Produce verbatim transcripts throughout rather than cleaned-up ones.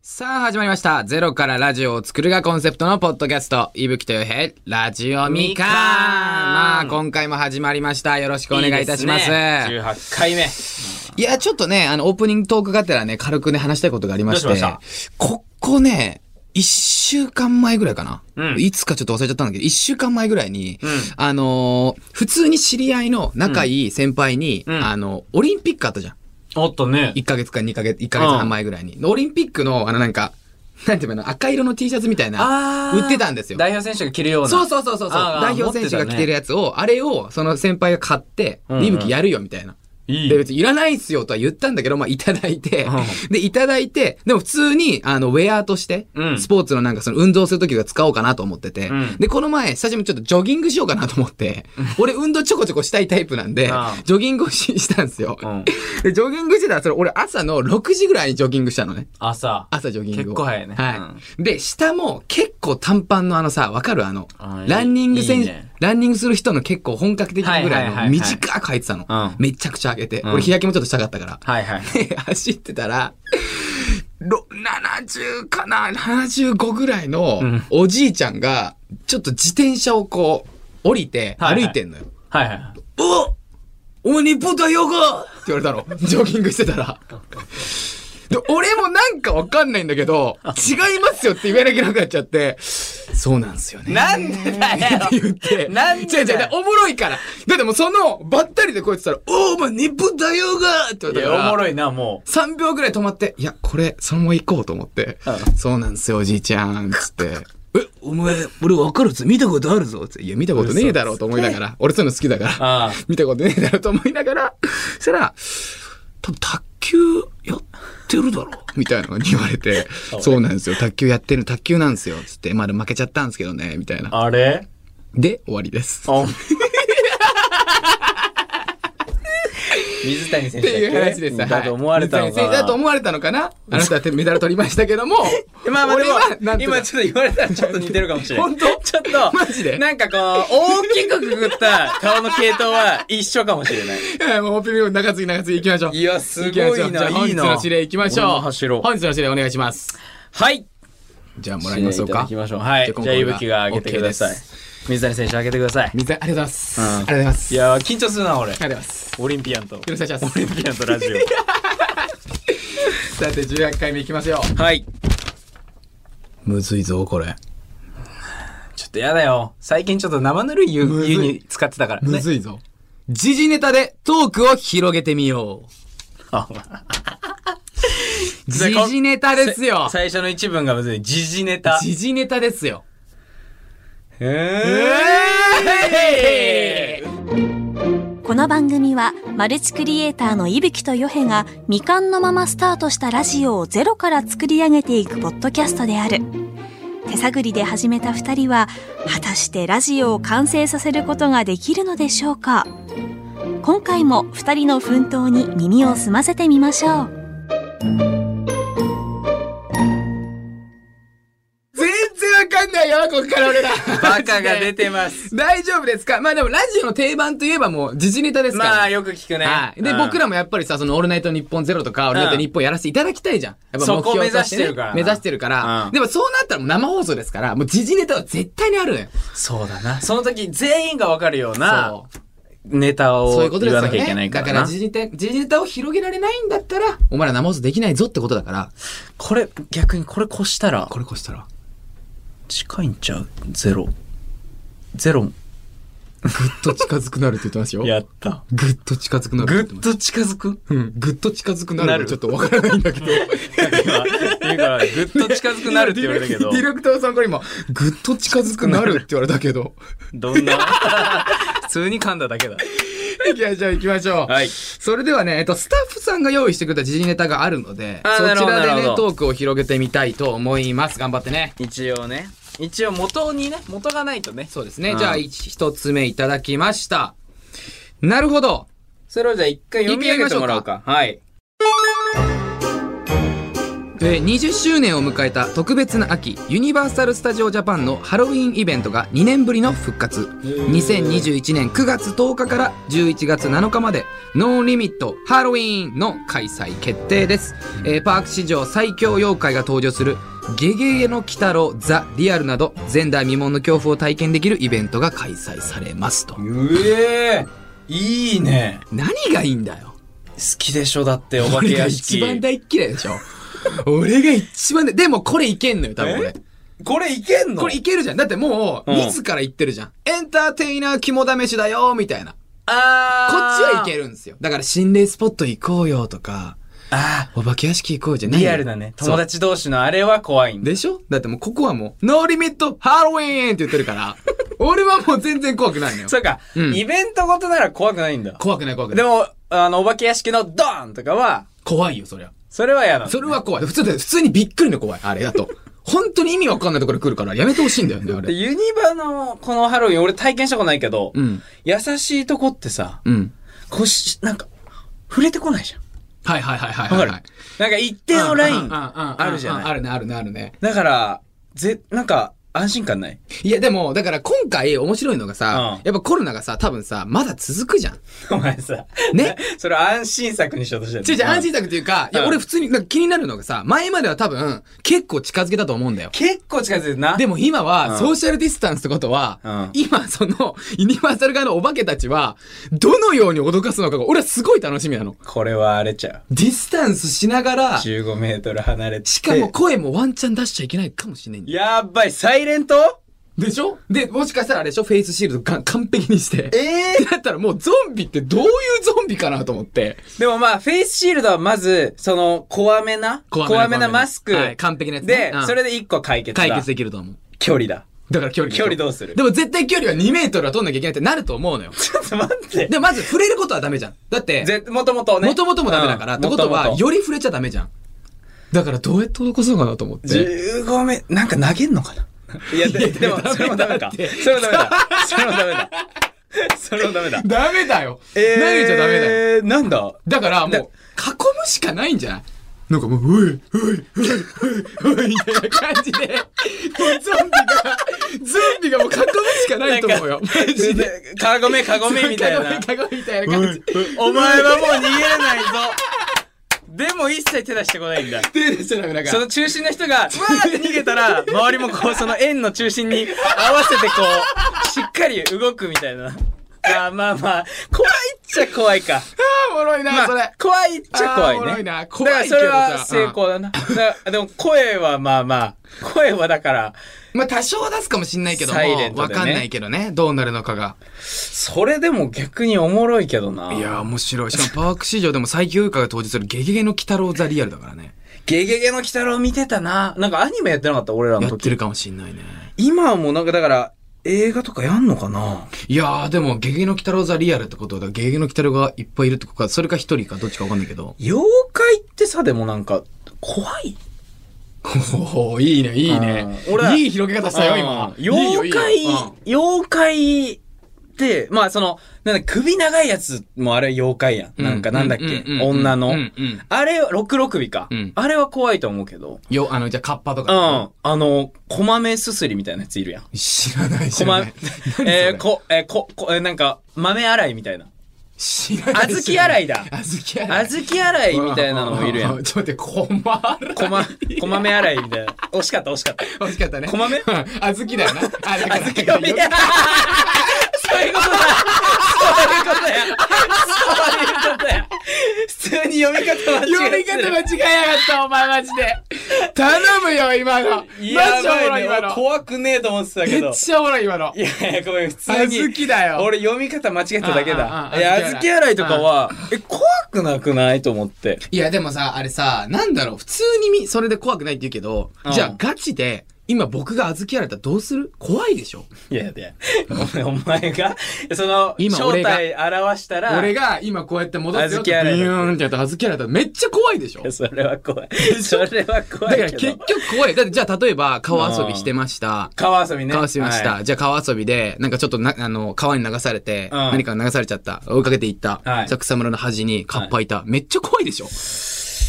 さあ始まりました。ゼロからラジオを作るがコンセプトのポッドキャスト、いぶきとよへいラジオみかん。まあ今回も始まました。よろしくお願いいたします。いいですね、 じゅうはちかいめ。 いやちょっとね、あのオープニングトークがてらね、軽くね話したいことがありまして、 どうしました？ ここね一週間前ぐらいかな、 うん、 いつかちょっと忘れちゃったんだけど、一週間前ぐらいに、 うん、 あのー、普通に知り合いの仲いい先輩に、うん、あのオリンピックあったじゃん。 あったね。 いっかげつかにかげつ、いっかげつはん前ぐらいに、うん、オリンピックのあのなんかなんていうの、赤色の T シャツみたいな売ってたんですよ。 代表選手が着るような。 そうそうそうそう。代表選手が着てるやつを、ね、あれをその先輩が買って、うんうん、いぶきやるよみたいな。いいで別にいらないっすよとは言ったんだけど、まあいただいて、うん、でいただいて、でも普通にあのウェアとして、うん、スポーツのなんかその運動するときは使おうかなと思ってて、うん、でこの前最初にちょっとジョギングしようかなと思って、俺運動ちょこちょこしたいタイプなんで、ジョギングを し, したんですよ、うん、でジョギングしてたらそれ俺朝のろくじぐらいにジョギングしたのね。 朝朝ジョギングを結構早いね。 はい。うん、で下も結構短パンのあのさ、わかるあのランニング選手、ね、ランニングする人の結構本格的なぐらいの短く履いてたの、はいはいはいはい、めちゃくちゃ上げて、うん、俺日焼けもちょっとしたかったから、はいはい、で走ってたらななじゅうかなななじゅうごぐらいのおじいちゃんがちょっと自転車をこう降りて歩いてんのよ。はいはい、はいはい、おお前日本代表かって言われたのジョギングしてたらで俺もなんかわかんないんだけど違いますよって言わなきゃなくなっちゃって、そうなんですよねなんでだよって言ってなんでだよ違う違うおもろいから。だってもうそのばったりでこうやってたらおーお前日本代表がって言われたから、 いやおもろいな。もうさんびょうぐらい止まって、いやこれそのまま行こうと思って、うん、そうなんですよおじいちゃんつってえお前俺分かるっつ見たことあるぞつって、いや見たことねえだろうと思いながら、俺そういうの好きだから見たことねえだろうと思いながら、そしたら多分卓球やってるだろみたいなのに言われてそうなんですよ卓球やってる卓球なんですよつって、まだ負けちゃったんですけどねみたいな。 あれで終わりです。 水谷選手っていう話です。 だと思われたのかな、 はい、だと思われたのかな。あなたはメダル取りましたけどもまあまあでも今ちょっと言われたらちょっと似てるかもしれない本当ちょっとマジでなんかこう大きくくくった顔の系統は一緒かもしれない。 いやもうオープニング中継ぎ中継ぎ行きましょう。 いやすごいな。いいな。 本日の指令行きましょう。 走ろう。 本日の指令お願いします。 はい。 じゃあもらいましょうか。 行きましょう。はい。じゃあいぶきが上げてください。水谷選手上げてください。 水谷ありがとうございます、うん、ありがとうございます。 いや緊張するな俺。ありがとうございます。 オリンピアンとよろしくお願いします。 オリンピアンとラジオさてじゅうはちかいめいきますよ。 はい。 むずいぞこれ。 ちょっとやだよ。最近ちょっと生ぬるい湯に使ってたからね。 むずいぞ。時事ネタでトークを広げてみよう。時事ネタですよ。 最初の一文がむずい。時事ネタ。 時事ネタですよ。 へえー、この番組はマルチクリエイターのいぶきとよへが未完のままスタートしたラジオをゼロから作り上げていくポッドキャストである。手探りで始めた二人は果たしてラジオを完成させることができるのでしょうか。今回も二人の奮闘に耳を澄ませてみましょう。 わかんないよここから俺らバカが出てます。 大丈夫ですか。まあでもラジオの定番といえばもう時事ネタですから。 まあよく聞くね、 はい、で、うん、僕らもやっぱりさそのオールナイトニッポンゼロとかオールナイトニッポンやらせていただきたいじゃん。やっぱ目標として、ね、 そこ目指してるから目指してるから、うん、でもそうなったらもう生放送ですからもう時事ネタは絶対にあるのよ。 そうだな。その時全員がわかるようなネタを言わなきゃいけないからな。 だから時事ネタ、時事ネタを広げられないんだったらお前ら生放送できないぞってことだから。 これ逆にこれ越したらこれ越したら近いんちゃう。ゼロゼロぐっと近づくなるって言ってますよ。 やった。 ぐっと近づくなる。 ぐっと近づく。 うん。ぐっと近づくなる。ちょっとわからないんだけど。 今、からぐっと近づくなるって言われたけど。 ディレクターさんから今、ぐっと近づくなるって言われたけど。 どんな普通に噛んだだけだ。 いや、じゃあ行きましょう。はい。それではね、えっと、スタッフさんが用意してくれた時事ネタがあるので、そちらでね、トークを広げてみたいと思います。頑張ってね。 一応ね。一応元にね、元がないとね。 そうですね。じゃあ、一つ目いただきました。なるほど。 それをじゃあ一回読み上げてもらおうか。はい。 えー、にじゅっしゅうねんを迎えた特別な秋、ユニバーサル・スタジオ・ジャパンのハロウィンイベントがにねんぶりの復活。にせんにじゅういちねんくがつとおかからじゅういちがつなのかまでノーリミットハロウィンの開催決定です。えー、パーク史上最強妖怪が登場するゲゲゲの鬼太郎ザ・リアルなど前代未聞の恐怖を体験できるイベントが開催されますと。 ええー、いいね。 何がいいんだよ。 好きでしょだってお化け屋敷。 一番大っ嫌いでしょ。俺が一番で、でもこれいけんのよ、多分俺。 これいけんの？ これいけるじゃん。だってもう、自ら言ってるじゃん。エンターテイナー肝試しだよ、みたいな。 あー。 こっちはいけるんですよ。だから心霊スポット行こうよとか、 あお化け屋敷行こうじゃない。 リアルだね。友達同士のあれは怖いんだ。 でしょ？だってもうここはもう、ノーリミットハロウィーンって言ってるから、俺はもう全然怖くないのよ。 そうか、うん。イベントごとなら怖くないんだ。 怖くない怖くない。 でも、あの、お化け屋敷のドーンとかは、 怖いよ、そりゃ。 それは嫌だ、ね。 それは怖い。普通で、普通にびっくりの怖い。あれだと。本当に意味わかんないところ来るからやめてほしいんだよね、あれ。 ユニバのこのハロウィン俺体験したことないけど、うん、優しいとこってさ、うん、こうし、なんか、触れてこないじゃん。 はいはいはいはいはい、はい。 なんか一定のラインあるじゃない。 あるねあるねあるね。 だから、ぜ、なんか、安心感ない？ いやでも、だから今回面白いのがさ、うん、やっぱコロナがさ、多分さ、まだ続くじゃん。 お前さ。 ねそれ安心策にしようとしてる。 違う違う、安心策っていうか、いや、俺普通になんか気になるのがさ、前までは多分、結構近づけたと思うんだよ。 結構近づけてるな。 でも今は、ソーシャルディスタンスってことは、うん、今その、ユニバーサル側のお化けたちは、どのように脅かすのかが、俺はすごい楽しみなの。 これは荒れちゃう。 ディスタンスしながら、 じゅうごメートル離れて。 しかも声もワンチャン出しちゃいけないかもしれないんだよ。 やばい、サイレントでしょで、もしかしたらあれでしょフェイスシールドが完璧にして。 ええー、 だったらもうゾンビってどういうゾンビかなと思って。 でもまあ、フェイスシールドはまず、その、怖めな怖めなマスク。 はい、完璧なやつ、ね。 で、うん、それで一個解決だ。 解決できると思う。 距離だ。 だから距離。 距離どうする？ でも絶対距離はにメートルは取んなきゃいけないってなると思うのよ。 ちょっと待って。 でもまず触れることはダメじゃん。だって。 ぜ、もともとね。 もともともダメだから。うん、ってことは、より触れちゃダメじゃん。だからどうやって脅かすのかなと思って。 じゅうごメートル、なんか投げんのかないや、で、でも、それもダメか。それもダメだ。それもダメだ。それもダメだ。 ダメだよ。 えー、 投げちゃダメだよ。 えー、なんだだから、もう、囲むしかないんじゃないなんかもう、おい、おい、おい、おい、おい、みたいな感じで、もうゾンビが、ゾンビがもう囲むしかないと思うよ。マジで。 かごめ、かごめみたいな。 かごめみたいな感じ。 お前はもう逃げれないぞ。でも一切手出してこないんだ。 手出しちゃダメだから。 その中心の人が、わーって逃げたら、周りもこう、その円の中心に合わせてこう、しっかり動くみたいな。ああ、まあまあ、怖いっちゃ怖いか。ああ、おもろいな、まあ、それ。 怖いっちゃ怖いね。 おもろいな、怖いけどさ。 だからそれは成功だな。だでも声はまあまあ、声はだから、 まあ多少出すかもしんないけども、ね、わかんないけどね、どうなるのかが。 それでも逆におもろいけどな。 いや、面白い。しかもパーク史上でも最強妖怪が登場するゲゲゲの鬼太郎ザリアルだからね。 ゲゲゲの鬼太郎見てたな。なんかアニメやってなかった俺らの時。 やってるかもしんないね。 今はもうなんかだから、映画とかやんのかないやー、でも、ゲゲゲの鬼太郎ザリアルってことだ。ゲゲゲの鬼太郎がいっぱいいるってことか、それか一人かどっちかわかんないけど。 妖怪ってさ、でもなんか、怖いおー、いいね、いいね。俺いい広げ方したよ、今。 妖怪、いいよいいよ妖怪って、まあその、なんだ、首長いやつもあれ妖怪やん。うん、なんかなんだっけ、女の。うんうん、あれ、六六首か、うん。あれは怖いと思うけど。 よ、あの、じゃあカッパとか。 うん。あの、こまめすすりみたいなやついるやん。 知らない知らない。 こま、えー、こ、えー、こ、こ、えー、なんか、豆洗いみたいな。 知らない。 あずき洗いだ。 あずき洗い。 あずき洗いみたいなのもいるやん。 ちょっと待って、こま洗い。 こま、こまめ洗いみたいな。惜しかった、惜しかった。 惜しかったね。 こまめあずきだよな。あ、だから。 あずきを見やそういうことだそういうことやそういうことや普通に読み方間違え読み方間違えやがった、お前マジで。頼むよ、今の。 やばいね。怖くねえと思ってたけど。 めっちゃおもろい、今の。 いやいや、ごめん、普通に。 あずきだよ。 俺読み方間違えただけだ。いや、あずき洗いとかは、え、怖くなくないと思って。 いや、でもさ、あれさ、なんだろう、普通にみ、それで怖くないって言うけど、じゃあガチで、今僕が小豆洗ったらどうする？怖いでしょ？ いやいや、お前が、その、正体表したら、 俺が今こうやって戻すよってビューンってやったら小豆洗ったらめっちゃ怖いでしょ？ それは怖い。それは怖い。 だから結局怖い。だってじゃあ例えば川遊びしてました。 川遊びね。 川遊びました。はい、じゃあ川遊びで、なんかちょっとな、あの、川に流されて、うん、何か流されちゃった。追いかけていった。はい、じゃあ草むらの端にカッパいた。はい、めっちゃ怖いでしょ？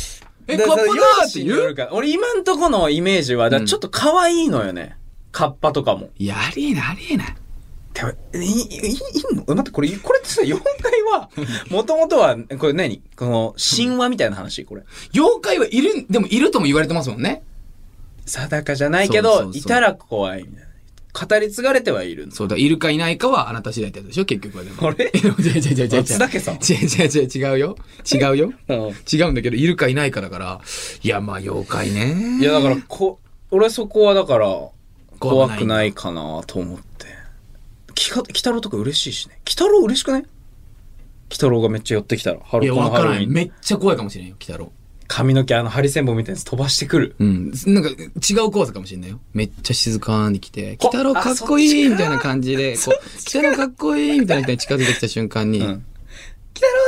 え、カッパだって言う？ 俺今んとこのイメージは、だちょっと可愛いのよね。カッパとかも。 いや、ありえない、ありえない。 てか、い、い、いんの？待って、これ、これってさ、妖怪は、もともとは、これ何？この、神話みたいな話これ。 妖怪はいる、でもいるとも言われてますもんね。 定かじゃないけど、そうそうそういたら怖いみたいな。語り継がれてはいる。 そうだ、いるかいないかはあなた次第ってやつでしょ、結局はでも。 あれ？ 違う違う違う違う違う。 松けさん。 違う違う違う違うよ。違うよ。うん、違うんだけど、いるかいないかだから。いや、まあ、妖怪ね。 いや、だから、こ、俺そこはだから、怖くないかなと思って。きか、鬼太郎とか嬉しいしね。鬼太郎嬉しくない？鬼太郎がめっちゃ寄ってきたら。 ハロコのハロウィン。めっちゃ怖いかもしれんよ、鬼太郎。 髪の毛あのハリセンボンみたいなやつ飛ばしてくる。 うん。なんか違う怖さかもしれないよ。めっちゃ静かに来て、鬼太郎かっこいいみたいな感じで、こう、鬼太郎かっこいいみたいな人に近づいてきた瞬間に、うん、鬼太郎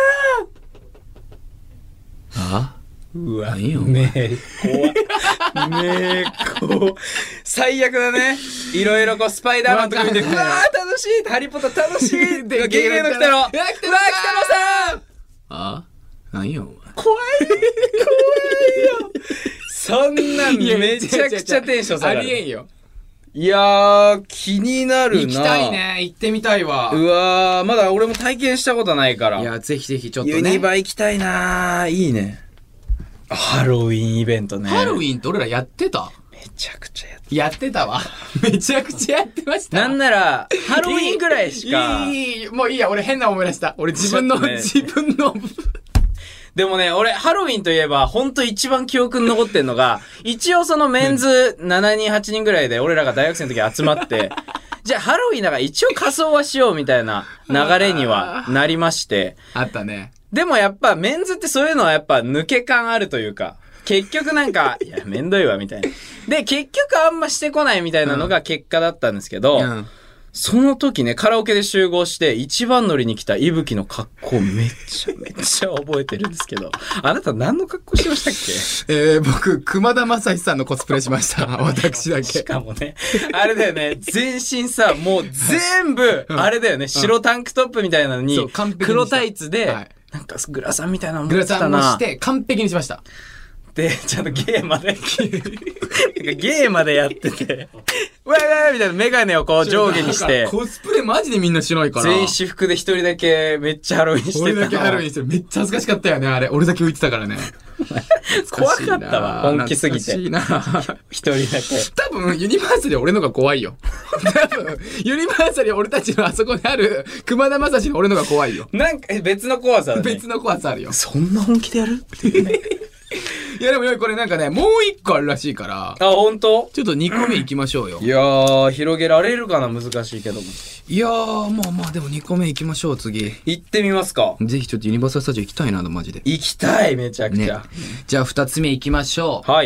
さーんあうわ、いいよ。ねえ、怖ねえ、こう、最悪だね。いろいろこう、スパイダーマンとか見て、うわー楽しいハリポタ楽しいで、ゲゲゲの鬼太郎うわ、鬼太郎さんあ何よ。 怖い怖いよそんなんめちゃくちゃテンション下がる。 ありえんよ。 いやー、気になるな。 行きたいね。行ってみたいわ。 うわー、まだ俺も体験したことないから。 いや、ぜひぜひちょっとね。 ユニバ行きたいなー。いいね。ハロウィンイベントね。 ハロウィンって俺らやってた？ めちゃくちゃやってた。 やってたわ。めちゃくちゃやってました。 なんなら、ハロウィンぐらいしか。 いい、いい、もういいや、俺変な思い出した。俺自分の、ね、自分の。 でもね、俺、ハロウィンといえば、ほんと一番記憶に残ってんのが、一応そのメンズしちにんはちにんぐらいで、俺らが大学生の時集まって、じゃあハロウィンだから一応仮装はしようみたいな流れにはなりまして。 あったね。 でもやっぱメンズってそういうのはやっぱ抜け感あるというか、結局なんか、いや、めんどいわみたいな。で、結局あんましてこないみたいなのが結果だったんですけど、うんうんその時ね、カラオケで集合して、一番乗りに来た伊吹の格好めっちゃめっちゃ覚えてるんですけど、あなた何の格好してましたっけ？えー、僕、熊田正史さんのコスプレしました。私だけ。 しかもね、あれだよね、全身さ、もう全部、あれだよね、白タンクトップみたいなのに、黒タイツで、はい、なんかグラサンみたいなの持ってたな。 グラサンもして完璧にしました。 で、ちゃんとゲーまで、ゲーまでやってて、わーわーみたいなメガネをこう上下にして。 コスプレマジでみんなしないから。 全員私服で一人だけめっちゃハロウィンしてた。 俺だけハロウィンしてる。めっちゃ恥ずかしかったよね、あれ。俺だけ浮いてたからね。 怖かったわ、本気すぎて。一人だけ。 多分、ユニバーサル俺のが怖いよ。多分、ユニバーサル俺たちのあそこにある、熊田正史の俺のが怖いよ。 なんか、別の怖さだね。 別の怖さあるよ。 そんな本気でやるっていうね。 いやでもこれなんかね、もう一個あるらしいから。 あ、本当？ ちょっとにこめ行きましょうよ。 いやー、広げられるかな、難しいけども。 いやー、まあまあでもにこめ行きましょう、次。 行ってみますか。 ぜひちょっとユニバーサルスタジオ行きたいな、マジで。 行きたい、めちゃくちゃ。ね、 じゃあ二つ目行きましょう。 はい。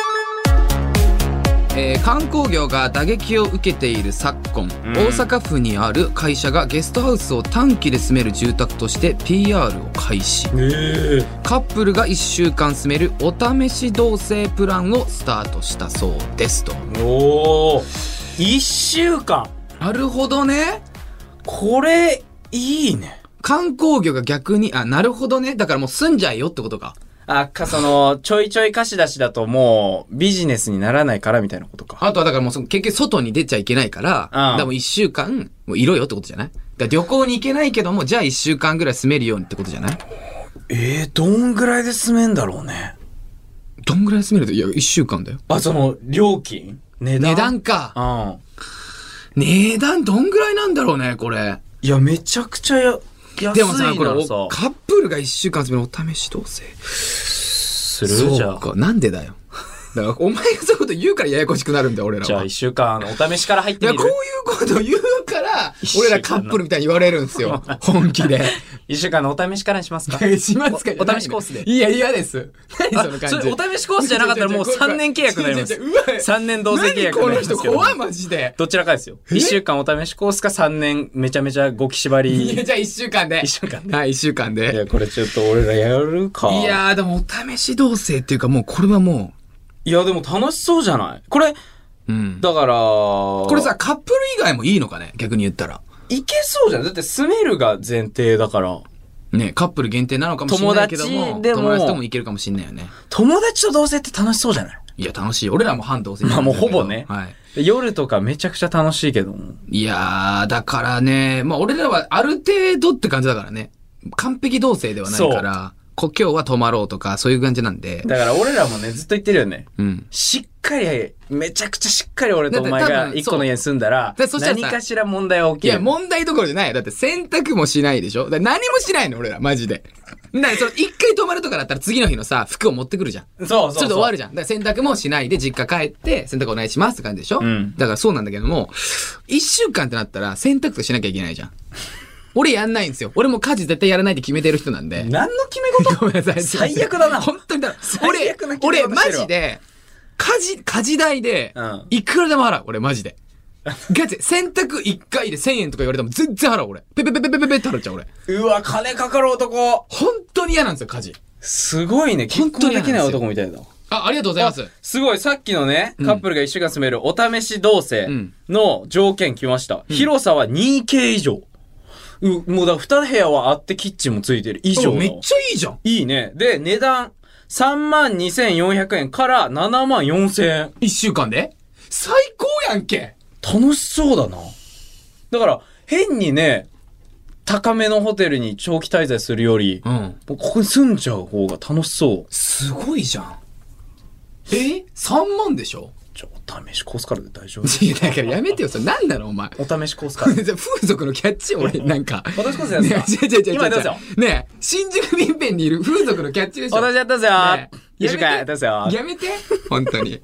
えー、観光業が打撃を受けている昨今、うん、大阪府にある会社がゲストハウスを短期で住める住宅として ピーアール を開始、カップルがいっしゅうかん住めるお試し同棲プランをスタートしたそうですと。 おー、いっしゅうかん。なるほどね。 これいいね。 観光業が逆に、あ、なるほどね。だからもう住んじゃえよってことか。 あ、か、その、ちょいちょい貸し出しだともう、ビジネスにならないからみたいなことか。 あとはだからもうその、結局外に出ちゃいけないから、だからもう一週間、もういろよってことじゃない？だから旅行に行けないけども、じゃあ一週間ぐらい住めるようにってことじゃない？ えー、どんぐらいで住めんだろうね。 どんぐらい住めると？いや、一週間だよ。 あ、その、料金？値段？ 値段か。うん。値段どんぐらいなんだろうね、これ。 いや、めちゃくちゃや、 でもさ、これ、カップルが一週間住めるお試し同棲。 するじゃん。 そうか、なんでだよ。だから、お前がそういうこと言うからややこしくなるんだよ、俺らは。 じゃあ一週間、お試しから入ってみる。 いや、こういうこと言うから、俺らカップルみたいに言われるんですよ。本気で。 一週間のお試しからにしますか？ しますか？ お試しコースで。 いや、嫌です。何その感じ。 お試しコースじゃなかったらもうさんねん契約になります。さんねん同棲契約になりますけど。 何この人怖いマジで。 どちらかですよ。一週間お試しコースかさんねんめちゃめちゃごき縛り。 いや、じゃあ一週間で。 一週間で。 はい、一週間で。 いや、これちょっと俺らやるか。 いやー、でもお試し同棲っていうかもうこれはもう。 いや、でも楽しそうじゃないこれ。うん。だから、 これさ、カップル以外もいいのかね逆に言ったら。 いけそうじゃん。だって住めるが前提だから。 ね、カップル限定なのかもしれないけども、友達でも友達ともいけるかもしれないよね。 友達と同棲って楽しそうじゃない？ いや、楽しい。俺らも半同棲。 まあもうほぼね。 はい。 夜とかめちゃくちゃ楽しいけども。 いやー、だからね、まあ俺らはある程度って感じだからね。完璧同棲ではないから、今日は泊まろうとかそういう感じなんで。 だから俺らもね、ずっと言ってるよね。 うん。 しっかり、めちゃくちゃしっかり俺とお前が一個の家に住んだら、何かしら問題は起きる。 いや、問題どころじゃないよ。だって洗濯もしないでしょ？だから何もしないの俺ら、マジで。だからその一回泊まるとかだったら次の日のさ、服を持ってくるじゃん。 そうそうそう。 ちょっと終わるじゃん。だから洗濯もしないで実家帰って洗濯お願いしますって感じでしょ？うん。だからそうなんだけども、一週間ってなったら洗濯とかしなきゃいけないじゃん。俺やんないんですよ。俺も家事絶対やらないって決めてる人なんで。 何の決め事？ごめんなさい。最悪だな。 本当にだ。俺、俺マジで、家事、家事代で、いくらでも払う。俺マジで。ガチ、洗濯いっかいでせんえんとか言われても全然払う俺。ペペペペペペペって払っちゃう俺。 うわ、金かかる男。 本当に嫌なんですよ、家事。 すごいね。結婚できない男みたいだ。 あ、ありがとうございます。 すごい、さっきのね、カップルが一週間住めるお試し同棲の条件来ました。うん、広さは にケー 以上。う、もうだからに部屋はあってキッチンもついてる以上の。 めっちゃいいじゃん。 いいね。で、値段さんまんにせんよんひゃくえんからななまんよんせんえん。 一週間で最高やんけ。 楽しそうだな。だから、変にね、高めのホテルに長期滞在するより、うん、ここに住んじゃう方が楽しそう。 すごいじゃん。え ?さんまんでしょ？ じゃあ、お試しコースからで大丈夫？ いや、だからやめてよ。それ何なのお前。 お試しコースから。 風俗のキャッチ俺、なんか。 お試しコースやったね、違う違う違う。 今やったんですよ。 ねえ、新宿民弁にいる風俗のキャッチでしょ。 私やったんですよ。ね、一週間やったんですよ。 やめて。本当に。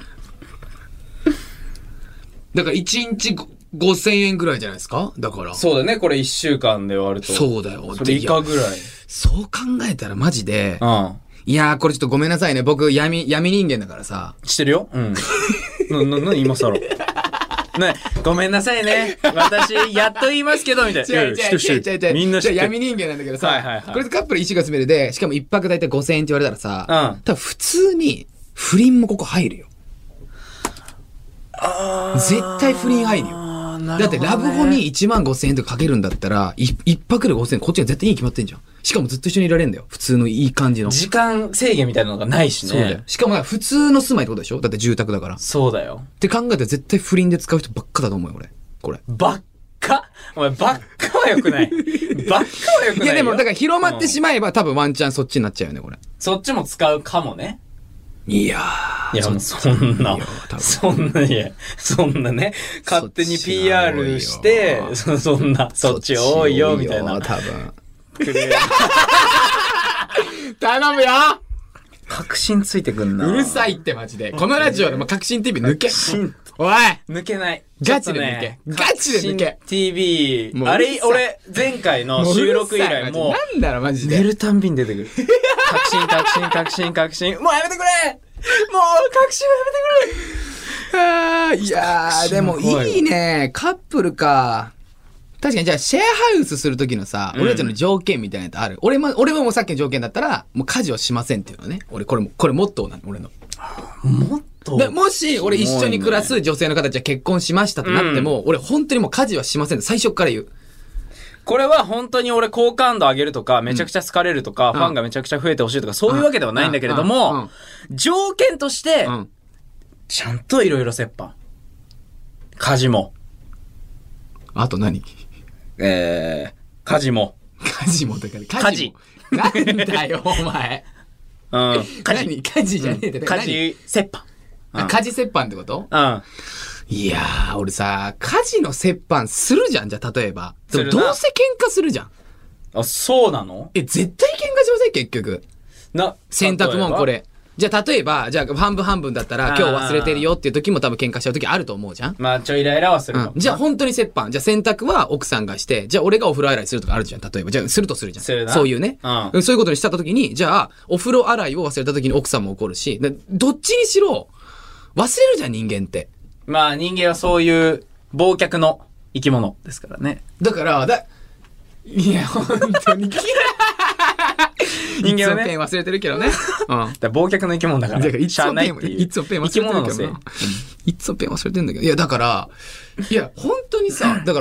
だからいちにちごせんえんぐらいじゃないですか？だから。 そうだね。これいっしゅうかんで終わると。 そうだよ。 それ以下ぐらい。 そう考えたらマジで。 うん。 いやー、これちょっとごめんなさいね。僕、闇、闇人間だからさ。 してるよ。うん。な、な、な、今更。ね、ごめんなさいね。私、やっと言いますけど、みたいな。 違う違う違う違う。みんな知ってる。闇人間なんだけどさ。はいはいはい。これカップル一週間住めるで、しかも一泊だいたいごせんえんって言われたらさ。うん。多分普通に、不倫もここ入るよ。あー。絶対不倫入るよ。だってラブホにいちまんごせんえんとかかけるんだったら、一泊でごせんえん、こっちが絶対いいに決まってんじゃん。しかもずっと一緒にいられんだよ。普通のいい感じの。 時間制限みたいなのがないしね。 そうだよ。しかも普通の住まいってことでしょ？だって住宅だから。 そうだよ。 って考えたら絶対不倫で使う人ばっかだと思うよ、俺。これ。 ばっかお前、ばっかは良くない。ばっかは良くない。 いやでも、だから広まってしまえば、うん、多分ワンチャンそっちになっちゃうよね、これ。 そっちも使うかもね。 いやー。いや、もうそんな、そんな、いや、そんなね、勝手に ピーアール して、そ, そんな、そっち多いよ、みたいな。 多分。頼むよ確信ついてくんな。 うるさいってマジで。このラジオでも確信 ティービー 抜け。おい抜けない。 ガチで抜け。ガチで抜け。 ティービー。あれ、俺、前回の収録以来もう、 なんだろマジで。 寝るたんびに出てくる。確信、確信、確信、確信。もうやめてくれもう確信はやめてくれあー、いやー、でもいいね。カップルか。確かに、じゃあ、シェアハウスするときのさ、うん、俺たちの条件みたいなやつある。俺も、俺ももうさっきの条件だったら、もう家事をしませんっていうのね。俺、これも、これモットーなの、俺の。 モットーもし、俺一緒に暮らす女性の方たちは結婚しましたとなっても、うん、俺本当にもう家事はしませんって最初から言う。 これは本当に俺好感度上げるとか、めちゃくちゃ好かれるとか、うん、ファンがめちゃくちゃ増えてほしいとか、そういうわけではないんだけれども、うんうん、条件として、うん、ちゃんといろいろ折半。家事も。 あと何えー、家事も。 家事もだから、家事。なんだよ、お前。 うん。 家事、家事じゃねえって。 家事折半。 家事折半ってこと？ うん。 いやー、俺さ、家事の折半するじゃん、じゃあ例えば。でもどうせ喧嘩するじゃん。 あ、そうなの？ え、絶対喧嘩しません、結局。 な、 洗濯物これ。じゃあ例えば、じゃあ半分半分だったら今日忘れてるよっていう時も多分喧嘩しちゃう時あると思うじゃん。 まあちょいイライラはするかも、 うん、じゃあ本当に折半。じゃあ洗濯は奥さんがして、じゃあ俺がお風呂洗いするとかあるじゃん。例えば。じゃあするとするじゃん。 するな。 そういうね、 うん。 そういうことにした時に、じゃあお風呂洗いを忘れた時に奥さんも怒るし、どっちにしろ忘れるじゃん人間って。 まあ人間はそういう忘却の生き物ですからね。 だから、だ、いや、本当に嫌い。人間はね。いつもペン忘れてるけどね。うん。 だ忘却の生き物だから。 だからいつもペン、いつもペン忘れてるけどな。 生き物のせい。 いつもペン忘れてるんだけど。いや、だから、いや、本当にさ、だから俺、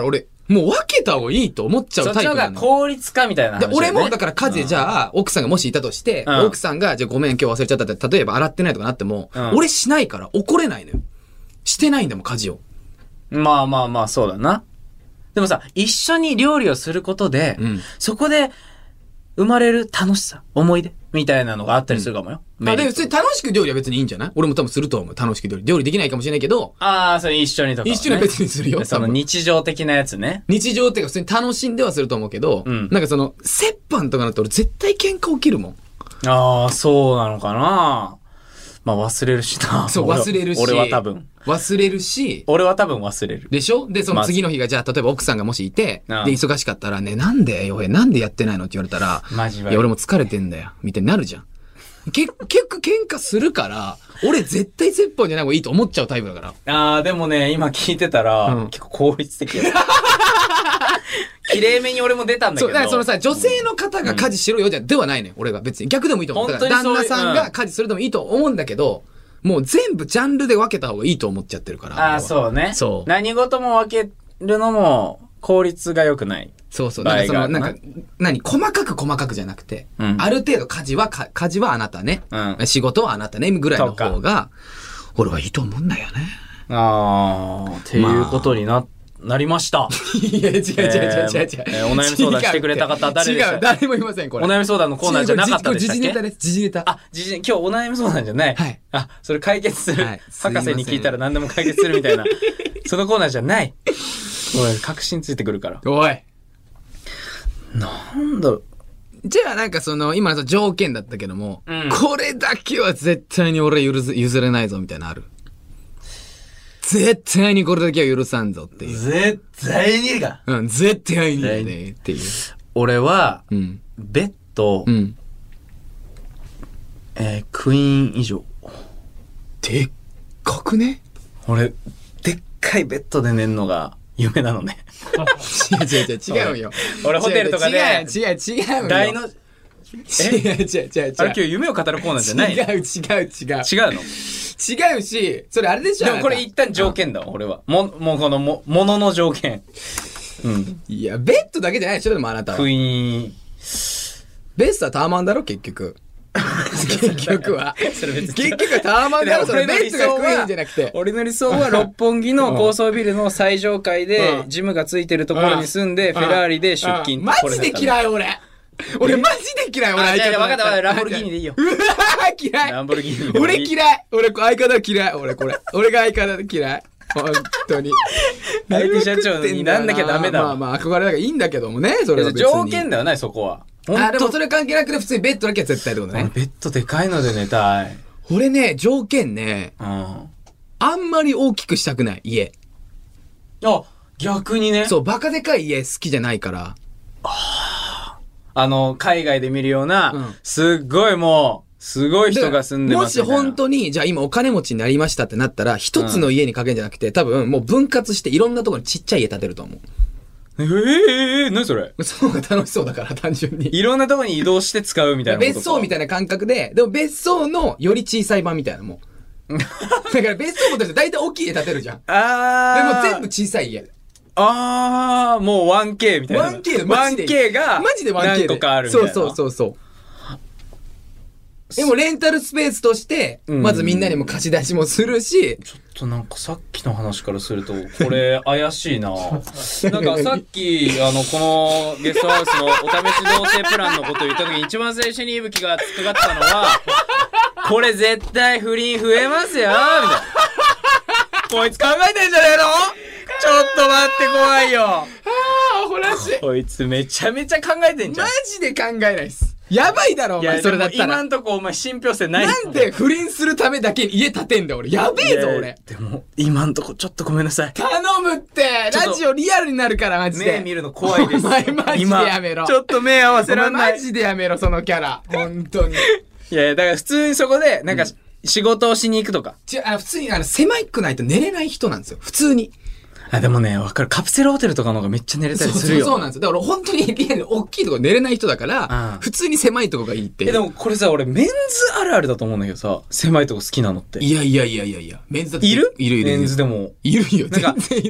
もう分けた方がいいと思っちゃうタイプなの。 そっちの方が効率化みたいな話、ね。 で、俺も、だから家事でじゃあ、奥さんがもしいたとして、うん、奥さんが、じゃあごめん今日忘れちゃったって、例えば洗ってないとかなっても、うん、俺しないから怒れないのよ。してないんだもん、家事を。 まあまあまあ、そうだな。でもさ、一緒に料理をすることで、うん、そこで生まれる楽しさ、思い出みたいなのがあったりするかもよ。 うん、あで、普通に楽しく料理は別にいいんじゃない？俺も多分すると思う。楽しく料理。料理できないかもしれないけど。 ああ、それ一緒にとか、ね。 一緒に別にするよ。 その日常的なやつね。 日常っていうか普通に楽しんではすると思うけど、うん、なんかその、折半とかなって俺絶対喧嘩起きるもん。 ああ、そうなのかな。まあ忘れるしな。 そう、忘れるし。 俺は多分。 忘れるし。 俺は多分忘れる。 でしょ？で、その次の日が、じゃあ、例えば奥さんがもしいて、で、忙しかったらね、なんで、よへなんでやってないのって言われたら、 マジいや、俺も疲れてんだよ。みたいになるじゃん。け、結局喧嘩するから、俺絶対折半じゃない方がいいと思っちゃうタイプだから。 ああ、でもね、今聞いてたら、うん、結構効率的よ。綺麗めに俺も出たんだけど。そう、 だからそのさ、女性の方が家事しろよじゃ、ではないね。俺が別に。逆でもいいと思う。だから旦那さんが家事するでもいいと思うんだけど、もう全部ジャンルで分けた方がいいと思っちゃってるから。 ああ、そうね。 そう。 何事も分けるのも効率が良くない。 そうそう。なんかその、なんか、何、細かく細かくじゃなくて、うん、ある程度家事は、家事はあなたね、うん。仕事はあなたね、ぐらいの方が、俺はいいと思うんだよね。 ああ、っていうことになって、なりました。 いや、違う違う違う違う違う。 えー、お悩み相談してくれた方誰でした？ 違う、誰もいません、これ。 お悩み相談のコーナーじゃなかったでしたっけ？ 時事ネタです、時事ネタ。 あ、時事ネタ。今日お悩み相談じゃない。 はい。 あ、それ解決する。はい、博士に聞いたら何でも解決するみたいな。そのコーナーじゃない。おい、確信ついてくるから。 おい。 なんだろう。 じゃあなんかその、今の条件だったけども、うん、これだけは絶対に俺譲譲れないぞみたいなのある？絶対にこれだけは許さんぞっていう。 絶対にか。 うん、絶対にねっていう。 俺は、うん、ベッド、うん、えー、クイーン以上。 でっかくね？ 俺、でっかいベッドで寝んのが夢なのね。 違う違う違う違うよ。 俺ホテルとかで。 違う違う違うよ。 大の、 え違う違う違う違う。あれ今日夢を語るコーナーじゃないの？ 違う違う違う。 違うの？ 違うし、それあれでしょ。 でもこれ一旦条件だわ、俺は。も、もうこのも、ものの条件。 うん。いや、ベッドだけじゃないでしょ、でもあなたは。 クイーン。 ベッドはタワマンだろ、結局。結局は。それ別に。結局はタワマンだろ、それベッドがクイーンじゃなくて。 俺の理想は六本木の高層ビルの最上階で、ジムがついてるところに住んで、フェラーリで出勤。 マジで嫌い、俺。俺マジで嫌い、俺相方。分かった分かった、ランボルギーニでいいよ。 うわ嫌い。 ランボルギーニ。 俺嫌い。俺相方嫌い。俺これ。俺が相方嫌い。本当に。 相手社長になんなきゃダメだわ。まあまあ憧れだからいいんだけどもね、それは別に。 条件ではない、そこは。 あ、でもそれ関係なくて普通にベッドだけは絶対ってことね。 ベッドでかいので寝たい。 俺ね、条件ね、うん、あんまり大きくしたくない、家。 あ、逆にね。 そう、バカでかい家好きじゃないから。 ああの、海外で見るような、うん、すっごいもう、すごい人が住んでますみたいな。 もし本当に、じゃあ今お金持ちになりましたってなったら、一つの家にかけるんじゃなくて、多分もう分割していろんなところにちっちゃい家建てると思う。 えー、えー、何それ？ そうが楽しそうだから、単純に。 いろんなところに移動して使うみたいなことか。 別荘みたいな感覚で、でも別荘のより小さい版みたいなもん。だから別荘もだいたい大きい家建てるじゃん。あー。でも全部小さい家。 あー、もう ワンケー みたいな。 ワンケー で、 ワンケー が、 マジで ワンケー で。 何個かあるみたいな。 そうそうそうそう。でもレンタルスペースとして、まずみんなにも貸し出しもするし。 ちょっとなんかさっきの話からすると、これ怪しいななんかさっき、あの、このゲストハウスのお試し同棲プランのことを言った時に一番最初にいぶきが突っかかったのは、これ絶対不倫増えますよみたいな。こいつ考えてんじゃねえのちょっと待って怖いよ。ああ、アホらしい。 こいつめちゃめちゃ考えてんじゃん。 マジで考えないっす。やばいだろ、お前、それだったら。 今んとこお前信憑性ない。 なんで不倫するためだけに家建てんだ俺。やべえぞ、俺。 でも、今んとこちょっとごめんなさい。 頼むって、ラジオリアルになるから、マジで。 目見るの怖いです。 お前マジでやめろ。 ちょっと目合わせらんない。 マジでやめろ、そのキャラ。本当に。 いやいや、だから普通にそこで、なんか、仕事をしに行くとか。 違う、あの、普通に、あの、狭くないと寝れない人なんですよ。普通に。 あ、でもね、わかる。カプセルホテルとかの方がめっちゃ寝れたりするよ。 そうそうなんですよ。だから本当にリアル大きいところ寝れない人だから、うん、普通に狭いとこがいいって。 え、でもこれさ、俺メンズあるあるだと思うんだけどさ、狭いとこ好きなのって。 いやいやいやいやいや、メンズだって。 いるいるいる。 メンズでも。 いるよ。全然いるよ。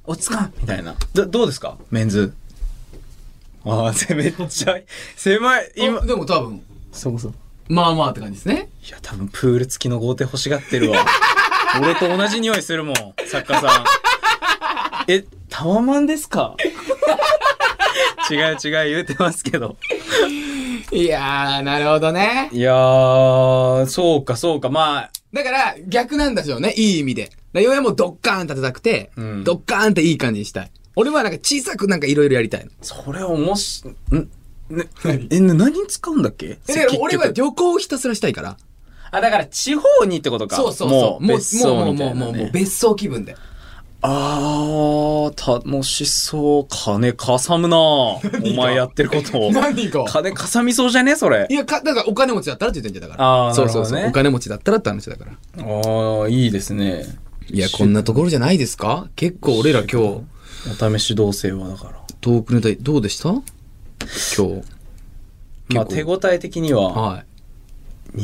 落ち着かんみたいな。ど、どうですかメンズ。ああ、めっちゃ、狭い。 今。でも多分。 そうそう。 まあまあって感じですね。 いや、多分プール付きの豪邸欲しがってるわ。俺と同じ匂いするもん、作家さん。え、タワマンですか違う違う言うてますけど。 いやー、なるほどね。 いやー、そうかそうか、まあ。 だから逆なんでしょうね、いい意味で。だよやもうドッカーン立てたくて、うん、ドッカーンっていい感じにしたい。俺はなんか小さくなんかいろいろやりたいの。 それおもし、んね、え、何に使うんだっけ？ え、だから俺は旅行をひたすらしたいから。 あ、だから地方にってことか。 そうそうそう。もう、別荘みたいな、ね、もう、もう、もう別荘気分で。 あー、楽しそう。金かさむなお前やってることを。 何か金かさみそうじゃねそれ。 いや、か、だからお金持ちだったらって言ってんじゃんだから。 あー、 そうそうそう、ね。お金持ちだったらって話だから。 あー、いいですね。 いや、こんなところじゃないですか？結構俺ら今日。お試し同棲はだから。 トークネタ、どうでした今日。 まあ手応え的には。 はい。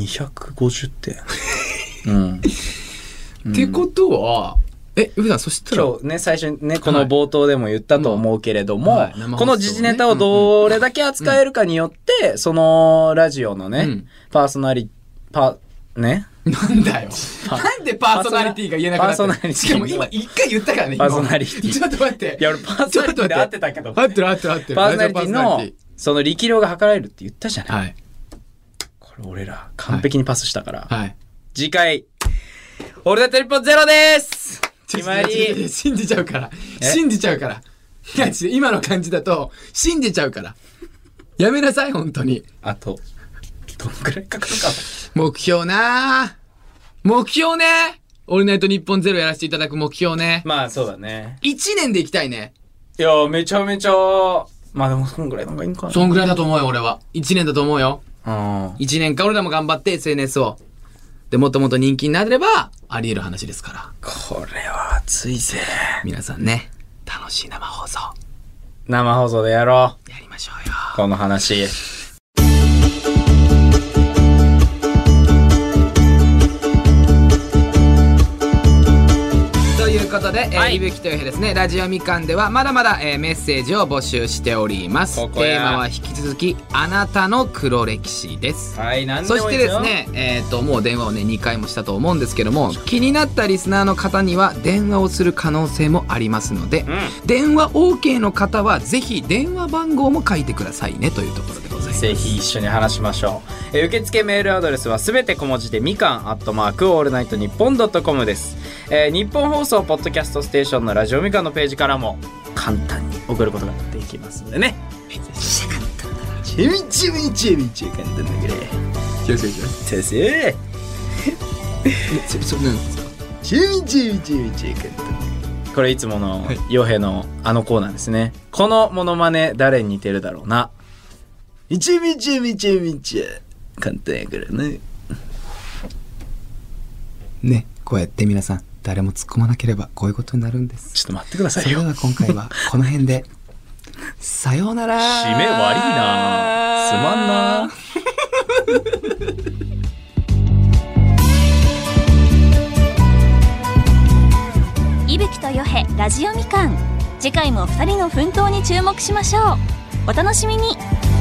にひゃくごじゅってん。うん。 ってことは、え、普段そしたら今日ね、最初にね、この冒頭でも言ったと思うけれども、はいはいね、この時事ネタをどれだけ扱えるかによって、うん、そのラジオのね、うん、パーソナリ、パ、ね。 なんだよ。なんでパーソナリティが言えなくなったの？パーソナリティ。しかも今一回言ったからね、 パーソナリティ。 ちょっと待って。 いや、俺パーソナリティで合ってたけど。 合ってる合ってる合ってる。 パーソナリティの、その力量が測られるって言ったじゃない。 はい。 これ俺ら完璧にパスしたから。 はい。 次回、オールナイトニッポンゼロです決まり。 信じちゃうから。信じちゃうから。今の感じだと、信じちゃうから。やめなさい、本当に。 あと、どんくらいかかるか。 目標なぁ。目標ね。オールナイトニッポンゼロやらせていただく目標ね。 まあそうだね。 一年で行きたいね。 いやめちゃめちゃ、まあでもそんぐらいなんかいいんかな。 そんぐらいだと思うよ、俺は。一年だと思うよ。 うん。 一年間俺らも頑張って エスエヌエス を。で、もっともっと人気になれば、あり得る話ですから。 これは熱いぜ。 皆さんね、楽しい生放送。 生放送でやろう。やりましょうよ。 この話。 ということで、はい、えー、いぶきという日ですね、ラジオみかんではまだまだ、えー、メッセージを募集しております。 ここテーマは引き続きあなたの黒歴史です。 はい、何でもいいですよ。 そしてですね、えー、ともう電話をねにかいもしたと思うんですけども、気になったリスナーの方には電話をする可能性もありますので、うん、電話 OK の方はぜひ電話番号も書いてくださいねというところでございます。 ぜひ一緒に話しましょう。えー、受付メールアドレスはすべて小文字でみかんアットマークオールナイトニッポンドットコムです。えー、日本放送ポッドキャストステーションのラジオみかんのページからも簡単に送ることができますんでね。めちゃくちゃ簡単だな。ちみちみちみち簡単だけど。 気をつけてください。 先生。 そ、そ、なんですか？ ちみちみちみち簡単。これいつものヨヘのあのコーナーですね。このモノマネ誰に似てるだろうな。みちみちみちみち簡単やからね。 ね、こうやって皆さん誰も突っ込まなければこういうことになるんです。 ちょっと待ってくださいよ。 それでは今回はこの辺でさようなら。 締め悪いな。すまんな。 いぶきとよへラジオみかん。次回もふたりの奮闘に注目しましょう。お楽しみに。